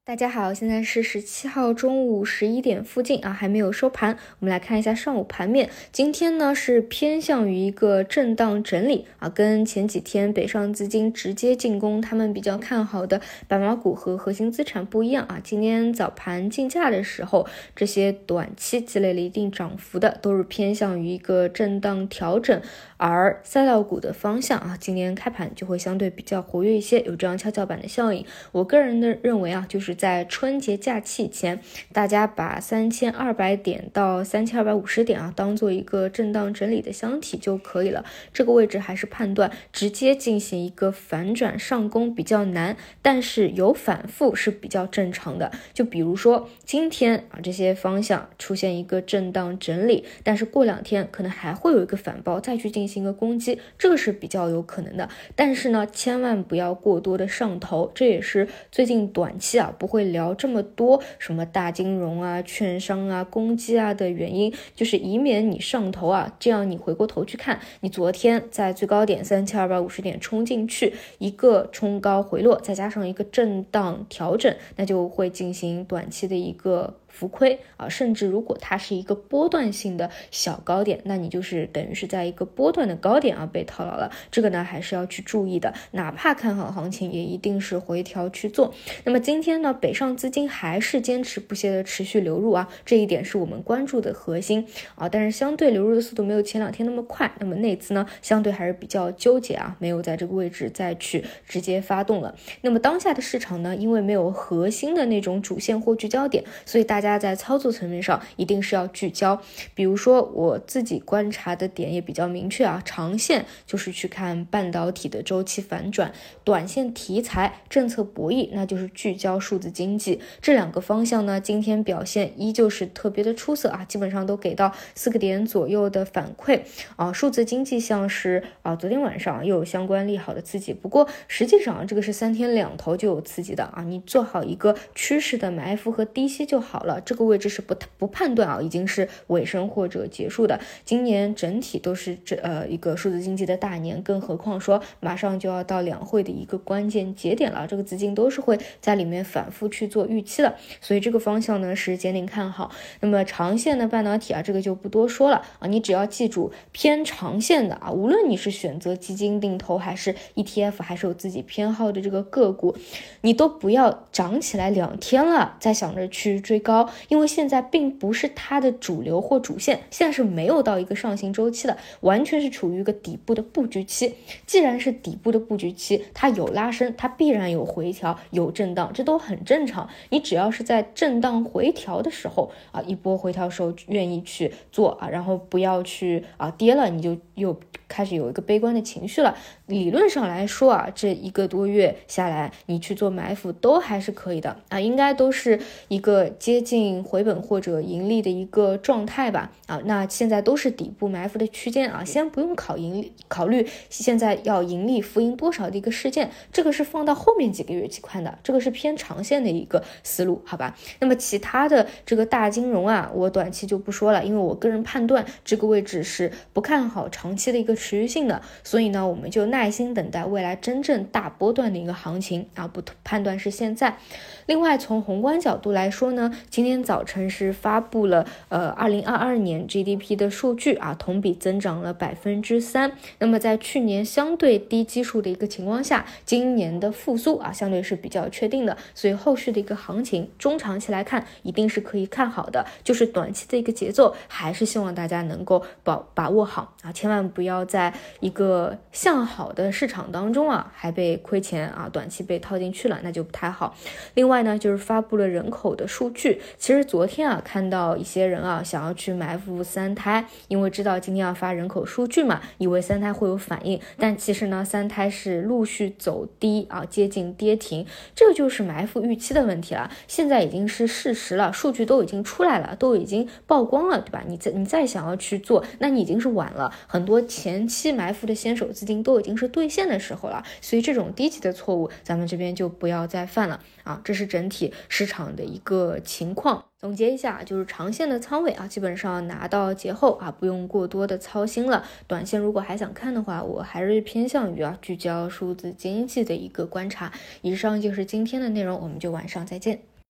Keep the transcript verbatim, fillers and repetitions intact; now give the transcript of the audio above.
大家好，现在是十七号中午十一点附近啊，还没有收盘。我们来看一下上午盘面，今天呢是偏向于一个震荡整理啊，跟前几天北上资金直接进攻他们比较看好的白马股和核心资产不一样啊。今天早盘竞价的时候，这些短期积累了一定涨幅的，都是偏向于一个震荡调整，而赛道股的方向啊，今天开盘就会相对比较活跃一些，有这样跷跷板的效应。我个人的认为啊，就是在春节假期前，大家把三千二百点到三千二百五十点啊，当做一个震荡整理的箱体就可以了。这个位置还是判断直接进行一个反转上攻比较难，但是有反复是比较正常的。就比如说今天啊，这些方向出现一个震荡整理，但是过两天可能还会有一个反包，再去进行一个攻击，这个是比较有可能的。但是呢，千万不要过多的上头，这也是最近短期啊不会聊这么多什么大金融啊、券商啊、攻击啊的原因，就是以免你上头啊，这样你回过头去看，你昨天在最高点三千二百五十点冲进去，一个冲高回落，再加上一个震荡调整，那就会进行短期的一个浮亏啊，甚至如果它是一个波段性的小高点，那你就是等于是在一个波段的高点啊被套牢了，这个呢还是要去注意的，哪怕看好行情也一定是回调去做。那么今天呢，北上资金还是坚持不懈的持续流入啊，这一点是我们关注的核心啊，但是相对流入的速度没有前两天那么快，那么内资呢相对还是比较纠结啊，没有在这个位置再去直接发动了。那么当下的市场呢，因为没有核心的那种主线或聚焦点，所以大家大家在操作层面上一定是要聚焦，比如说我自己观察的点也比较明确啊，长线就是去看半导体的周期反转，短线题材政策博弈，那就是聚焦数字经济。这两个方向呢，今天表现依旧是特别的出色啊，基本上都给到四个点左右的反馈啊。数字经济像是啊，昨天晚上又有相关利好的刺激，不过实际上这个是三天两头就有刺激的啊，你做好一个趋势的埋伏和低吸就好了。这个位置是不不判断啊，已经是尾声或者结束的。今年整体都是这呃一个数字经济的大年，更何况说马上就要到两会的一个关键节点了，这个资金都是会在里面反复去做预期的，所以这个方向呢是坚定看好。那么长线的半导体啊，这个就不多说了啊，你只要记住偏长线的啊，无论你是选择基金定投还是 E T F， 还是有自己偏好的这个个股，你都不要涨起来两天了再想着去追高。因为现在并不是它的主流或主线，现在是没有到一个上行周期的，完全是处于一个底部的布局期。既然是底部的布局期，它有拉升，它必然有回调，有震荡，这都很正常。你只要是在震荡回调的时候啊，一波回调的时候愿意去做啊，然后不要去啊跌了你就又开始有一个悲观的情绪了。理论上来说啊，这一个多月下来，你去做埋伏都还是可以的啊，应该都是一个接近回本或者盈利的一个状态吧啊，那现在都是底部埋伏的区间啊，先不用考盈利，考虑现在要盈利浮盈多少的一个事件，这个是放到后面几个月去看的，这个是偏长线的一个思路，好吧？那么其他的这个大金融啊，我短期就不说了，因为我个人判断这个位置是不看好长期的一个持续性的，所以呢，我们就耐心等待未来真正大波段的一个行情啊，不判断是现在。另外从宏观角度来说呢，今天早晨是发布了呃二零二二年 G D P 的数据啊，同比增长了百分之三。那么在去年相对低基数的一个情况下，今年的复苏啊相对是比较确定的，所以后续的一个行情中长期来看一定是可以看好的，就是短期的一个节奏还是希望大家能够把把握好啊，千万不要在一个向好的市场当中啊还被亏钱啊，短期被套进去了那就不太好。另外呢，就是发布了人口的数据，其实昨天啊看到一些人啊想要去埋伏三胎，因为知道今天要发人口数据嘛，以为三胎会有反应，但其实呢三胎是陆续走低啊，接近跌停，这个就是埋伏预期的问题了。现在已经是事实了，数据都已经出来了，都已经曝光了，对吧？你再你再想要去做，那你已经是晚了，很多前期埋伏的先手资金都已经是兑现的时候了，所以这种低级的错误咱们这边就不要再犯了啊，这是整体市场的一个情况。总结一下，就是长线的仓位啊，基本上拿到节后啊，不用过多的操心了。短线如果还想看的话，我还是偏向于啊聚焦数字经济的一个观察。以上就是今天的内容，我们就晚上再见。